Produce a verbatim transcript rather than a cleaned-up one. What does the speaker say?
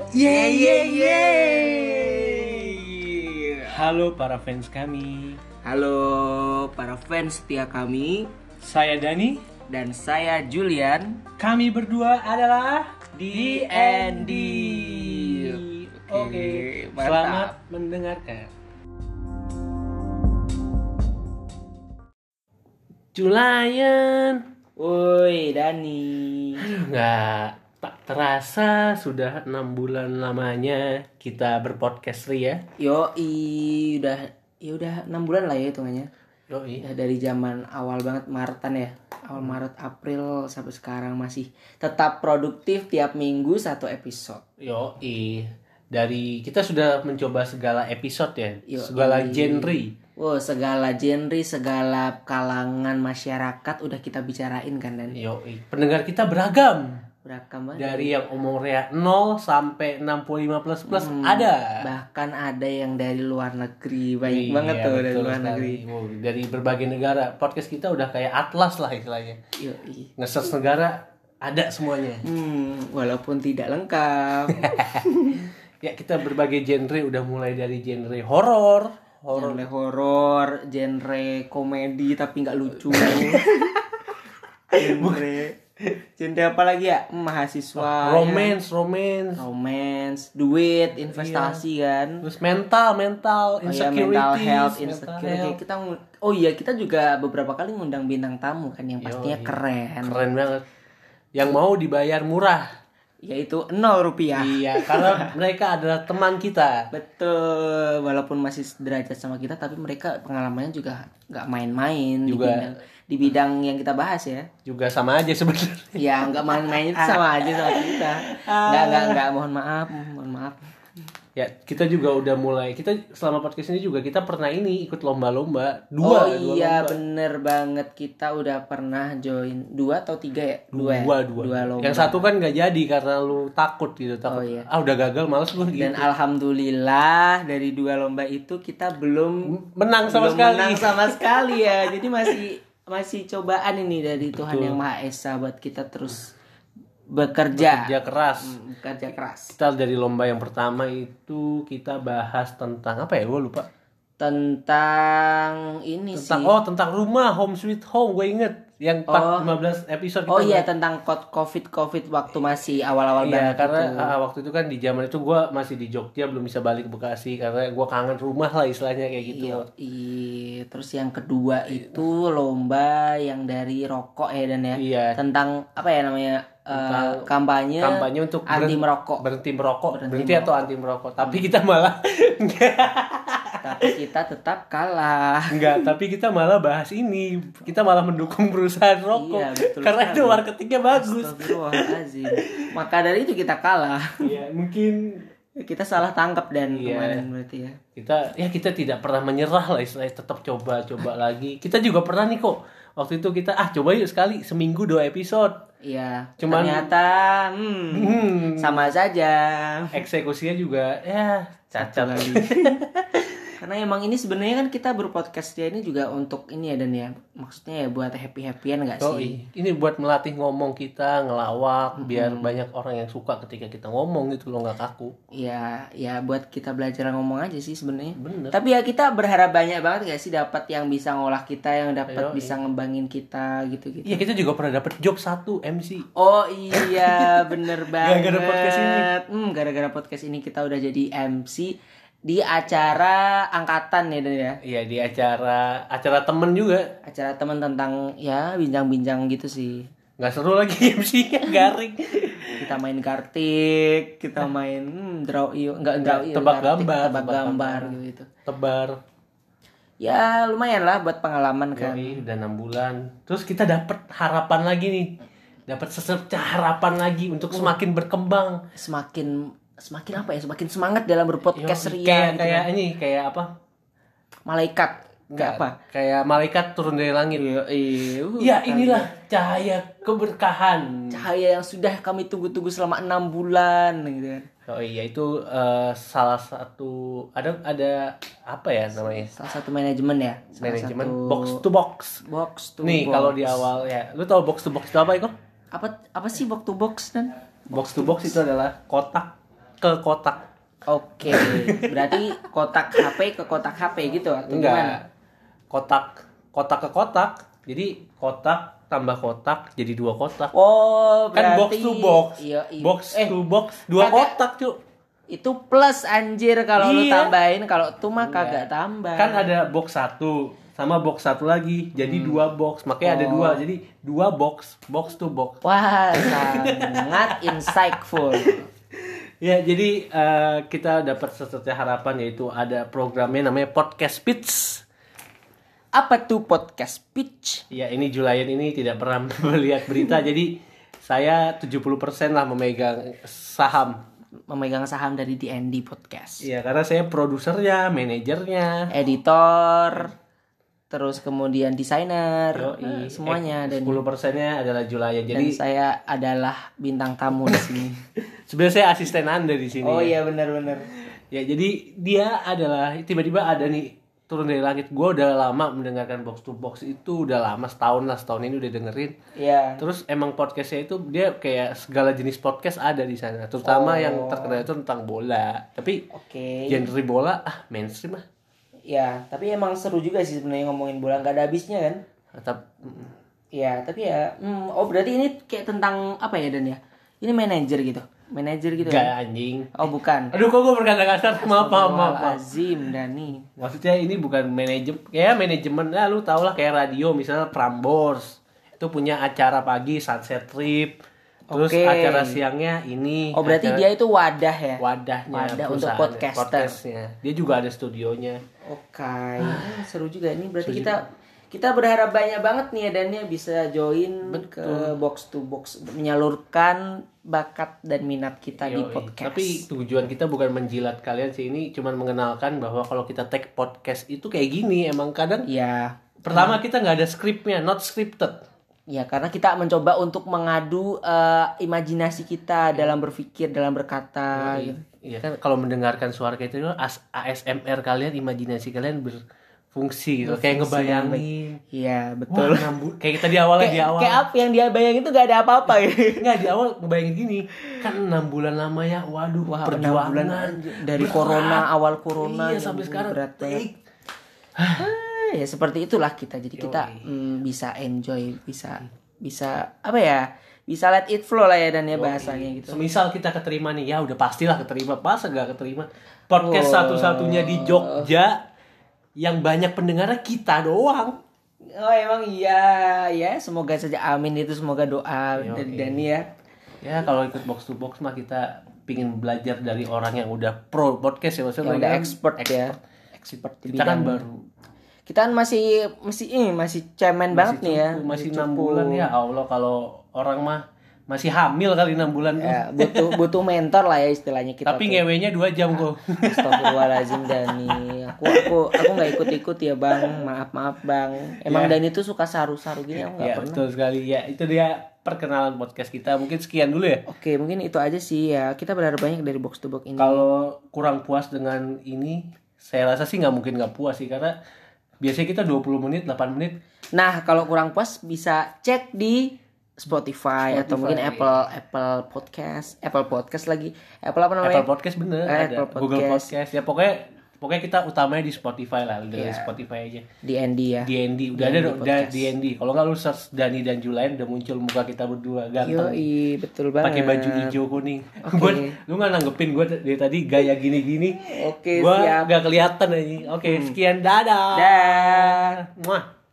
Yeay yeay yeay. Halo para fans kami. Halo para fans setia kami. Saya Dani Dan saya Julian. Kami berdua adalah D and D. Oke, Oke, mantap. selamat mendengarkan. Julian. Woi Dani. Nggak tak terasa sudah enam bulan lamanya kita berpodcast Ri ya. Yoi, udah ya udah enam bulan lah ya hitungannya. Yoi. Ya, dari zaman awal banget Maretan ya. Awal Maret April sampai sekarang masih tetap produktif tiap minggu satu episode. Yoi. Dari kita sudah mencoba segala episode ya, Yoi. segala genre. Wow, segala genre, segala kalangan masyarakat udah kita bicarain kan dan Yoi. Pendengar kita beragam. beragam banget. Dari yang umurnya nol sampai enam puluh lima plus plus Hmm, ada. Bahkan ada yang dari luar negeri, banyak Iya, banget tuh dari betul luar sekali. negeri. Wow, dari berbagai negara. Podcast kita udah kayak atlas lah istilahnya. Yoi. Nge-search negara ada semuanya. Hmm, walaupun tidak lengkap. Ya, kita berbagai genre, udah mulai dari genre horor, horor Genre horor, genre komedi tapi nggak lucu. genre genre apa lagi ya? Mahasiswa. romance, romance. Romance, duit, investasi kan. Terus mental, mental, Oh iya, insecurities, mental health, mental insecure. health. Kayak kita ngu- oh iya, kita juga beberapa kali ngundang bintang tamu kan yang pastinya Yoi. keren. Keren banget. Yang mau dibayar murah. Yaitu nol rupiah. Iya, karena mereka adalah teman kita. Betul, walaupun masih derajat sama kita, tapi mereka pengalamannya juga nggak main-main Juga. di bidang, di bidang yang kita bahas ya. Juga sama aja sebenarnya. Ya nggak main-main itu sama aja sama kita. Nggak nggak nggak mohon maaf, mohon maaf. Ya, kita juga udah mulai. Kita selama podcast ini juga kita pernah ini ikut lomba-lomba. Dua, oh dua iya lomba. bener banget, kita udah pernah join dua atau tiga ya? Dua, ya? dua, dua lomba. Yang satu kan nggak jadi karena lu takut gitu, takut. Oh, iya. Ah, udah gagal, males gue gitu. Dan alhamdulillah dari dua lomba itu kita belum Menang sama belum sekali. menang sama sekali ya. Jadi masih masih cobaan ini dari Tuhan Betul. yang Maha Esa buat kita terus bekerja. Kerja keras. Hmm, bekerja keras. Kita dari lomba yang pertama itu kita bahas tentang apa ya? Gue lupa. Tentang ini Tentang sih. oh, tentang rumah, home sweet home. Gue inget yang empat Oh. lima belas episode Oh kita iya, bahas. tentang covid covid waktu masih awal-awal Iya, banget karena itu. ah, waktu itu kan di zaman itu gue masih di Jogja, belum bisa balik ke Bekasi karena gue kangen rumah lah istilahnya kayak gitu. Iya, iya. Terus yang kedua itu lomba yang dari rokok ya dan ya. Iya. Tentang apa ya namanya? eh, Tentang kampanye Kampanye untuk anti beren- merokok. berhenti merokok, Berhenti berhenti, atau anti merokok. Tapi kita malah Tapi kita tetap kalah. enggak, tapi kita malah bahas ini. Kita malah mendukung perusahaan rokok. Iya, betul Karena sekali. itu marketingnya bagus. Astagfirullahaladzim. Maka dari itu kita kalah. Iya, mungkin Kita salah tangkap dan Iya. kemarin berarti ya. kita ya kita tidak pernah menyerah lah istilahnya, tetap coba-coba lagi. Kita juga pernah nih kok. Waktu itu kita ah coba yuk sekali seminggu dua episode. Iya. Cuman- Ternyata hmm, Hmm. sama saja. Eksekusinya juga ya cacat lagi. Karena emang ini sebenarnya kan kita berpodcast ya ini juga untuk ini ya dan ya maksudnya ya buat happy happyan nggak Oh, sih? ini buat melatih ngomong kita, ngelawak, biar banyak orang yang suka ketika kita ngomong gitu loh, nggak kaku. Ya ya buat kita belajar ngomong aja sih sebenarnya. Bener. Tapi ya kita berharap banyak banget gak sih dapat yang bisa ngolah kita, yang dapat Yoi. bisa ngembangin kita gitu-gitu. Iya, kita juga pernah dapet job satu M C. Oh iya bener banget. Gara-gara podcast ini. Hmm, gara-gara podcast ini kita udah jadi M C di acara angkatan ya Dan ya. Iya, di acara acara temen juga. Acara teman tentang ya bincang-bincang gitu sih. Nggak seru lagi M C-nya, garing. Kita main kartik, kita main hmm, draw iyo, enggak draw iyo, Tebak kartik, gambar, tebak tebak gambar gambar. gitu. Tebar. Ya lumayan lah buat pengalaman kan. Yoi, udah enam bulan. Terus kita dapet harapan lagi nih. Dapat secercah harapan lagi untuk semakin berkembang. Semakin semakin apa ya? Semakin semangat dalam berpodcast Yoi, ria kayak gitu kayak kan. ini, kayak apa? Malaikat. Kayak apa? Kayak malaikat turun dari langit. Iya, iya. Uh, Ya, inilah cahaya keberkahan. cahaya yang sudah kami tunggu-tunggu selama enam bulan gitu kan. Oh iya, itu eh, salah satu ada ada apa ya namanya? Salah satu manajemen ya. Salah Manajemen satu box to box. box to Nih, box. kalau di awal ya, lu tahu box to box itu apa, Iko? apa apa sih box to box dan Box to box itu adalah kotak ke kotak. Oke, berarti kotak H P ke kotak H P gitu atau Enggak. gimana? Kotak kotak ke kotak. Jadi kotak tambah kotak jadi dua kotak. Oh, Kan box berarti to box. Iya, iya. Box eh, to box dua kagak. kotak, Cuk. Itu plus anjir kalau lu Iya. tambahin, kalau tuh mah Enggak. kagak tambah. Kan ada box satu sama box satu lagi. Jadi dua box. Makanya ada Oh. dua. Jadi dua box, box to box. Wah, sangat insightful. Ya, jadi eh, kita dapat sesuatu harapan yaitu ada programnya namanya Podcast Pitch. Apa tuh podcast pitch? Ya, ini Julayan ini tidak pernah melihat berita. Jadi saya tujuh puluh persen lah memegang saham. Memegang saham dari D and D Podcast. Iya, karena saya produsernya, manajernya. Editor, terus kemudian desainer, Yoi. eh, semuanya dan sepuluh persennya adalah Julayan. dan Jadi saya adalah bintang tamu di sini. sebenarnya saya asisten Anda di sini. Oh ya. iya benar-benar. Ya, jadi dia adalah tiba-tiba ada nih turun dari langit. Gue udah lama mendengarkan box to box itu, udah lama setahun lah, setahun ini udah dengerin. Iya. Terus emang podcastnya itu dia kayak segala jenis podcast ada di sana, terutama Oh. yang terkenal itu tentang bola. Tapi Oke. genre bola ah mainstream ah. Ya, tapi emang seru juga sih sebenarnya ngomongin bola, nggak ada habisnya kan? Atap, Ya, tapi ya, hmm, oh berarti ini kayak tentang apa ya Dan ya? Ini manajer gitu, manajer gitu gak kan? anjing. Oh bukan. Aduh, kok gue berkata kasar? Maaf, maaf, maaf, maaf. Azim Dani. Maksudnya ini bukan manajemen, kayak manajemen, ya lu tau lah kayak radio misalnya Prambors itu punya acara pagi Sunset Trip, terus Oke. acara siangnya ini. Oh berarti acara- dia itu wadah ya? wadahnya, Wadah untuk perusahaan, podcaster. podcastnya. Dia juga ada studionya. Oke, seru juga ini. Berarti kita kita berharap banyak banget nih ya Dan ya bisa join ke box to box, menyalurkan bakat dan minat kita di Yoi. podcast. Tapi tujuan kita bukan menjilat kalian sih, ini cuman mengenalkan bahwa kalau kita take podcast itu kayak gini emang kadang ya, pertama kita nggak ada skripnya, not scripted. ya karena kita mencoba untuk mengadu eh, imajinasi kita dalam berpikir, dalam berkata. gitu. Iya kan kalau mendengarkan suara kayak itu as- A S M R kalian, imajinasi kalian berfungsi gitu, kayak ngebayangin. Iya Wah, betul. nambul- kayak kita di awalnya di Kayak, awal. kayak apa yang dia bayangin itu gak ada apa-apa ya. Enggak, di awal ngebayangin gini, kan enam bulan lamanya, waduh, Wah, enam perjuangan bulan anjir. Dari berat. corona, awal corona, Iya, ya sampai ampun, sekarang berat banget. take. Ah, ya seperti itulah kita. Jadi kita mm, bisa enjoy, bisa bisa apa ya? Bisa let it flow lah ya Dan ya bahasanya gitu. Semisal kita keterima nih, ya udah pastilah keterima. Pas enggak keterima, podcast Wah. satu-satunya di Jogja yang banyak pendengarnya kita doang. Oh emang iya, ya semoga saja amin itu, semoga doa Yo, dari iya. Dani ya. Ya kalau ikut box to box mah kita pingin belajar dari orang yang udah pro podcast ya, maksudnya Yang mereka udah kan expert ya. Expert di Kita kan bidang. baru Kita kan masih masih ini masih cemen banget nih ya. cupu, masih enam cupu. bulan ya Allah, kalau orang mah masih hamil kali enam bulan tuh. Ya, butuh butuh mentor lah ya istilahnya kita. Tapi tuh. ngewenya dua jam kok. Astagfirullahaladzim Dani. Aku aku aku nggak ikut-ikut ya Bang. Maaf maaf Bang. Emang Ya. Dani tuh suka saru-saru gini, aku nggak Ya pernah. betul sekali. Ya itu dia perkenalan podcast kita. Mungkin sekian dulu ya. Oke, mungkin itu aja sih ya. Kita berharap banyak dari box to box ini. Kalau kurang puas dengan ini, saya rasa sih nggak mungkin nggak puas sih, karena biasanya kita dua puluh menit, delapan menit. Nah, kalau kurang puas bisa cek di Spotify, atau Spotify. mungkin Apple Apple Podcast, Apple Podcast lagi. Apple apa namanya? Apple Podcast bener, Eh, ada Apple Google Podcast. Podcast. Ya pokoknya pokoknya kita utamanya di Spotify lah, dari Iya. Spotify aja. D and D ya. D and D udah D and D ada udah podcast. D and D. Kalau nggak lu search Dani dan Julayan udah muncul muka kita berdua ganteng. Yoi, betul banget. Pakai baju hijau kuning. Oke. Gua lu nggak nanggepin gue dari tadi gaya gini-gini. Oke, Gua siap. nggak kelihatan aja. Oke, sekian, dadah. Dah. Muah.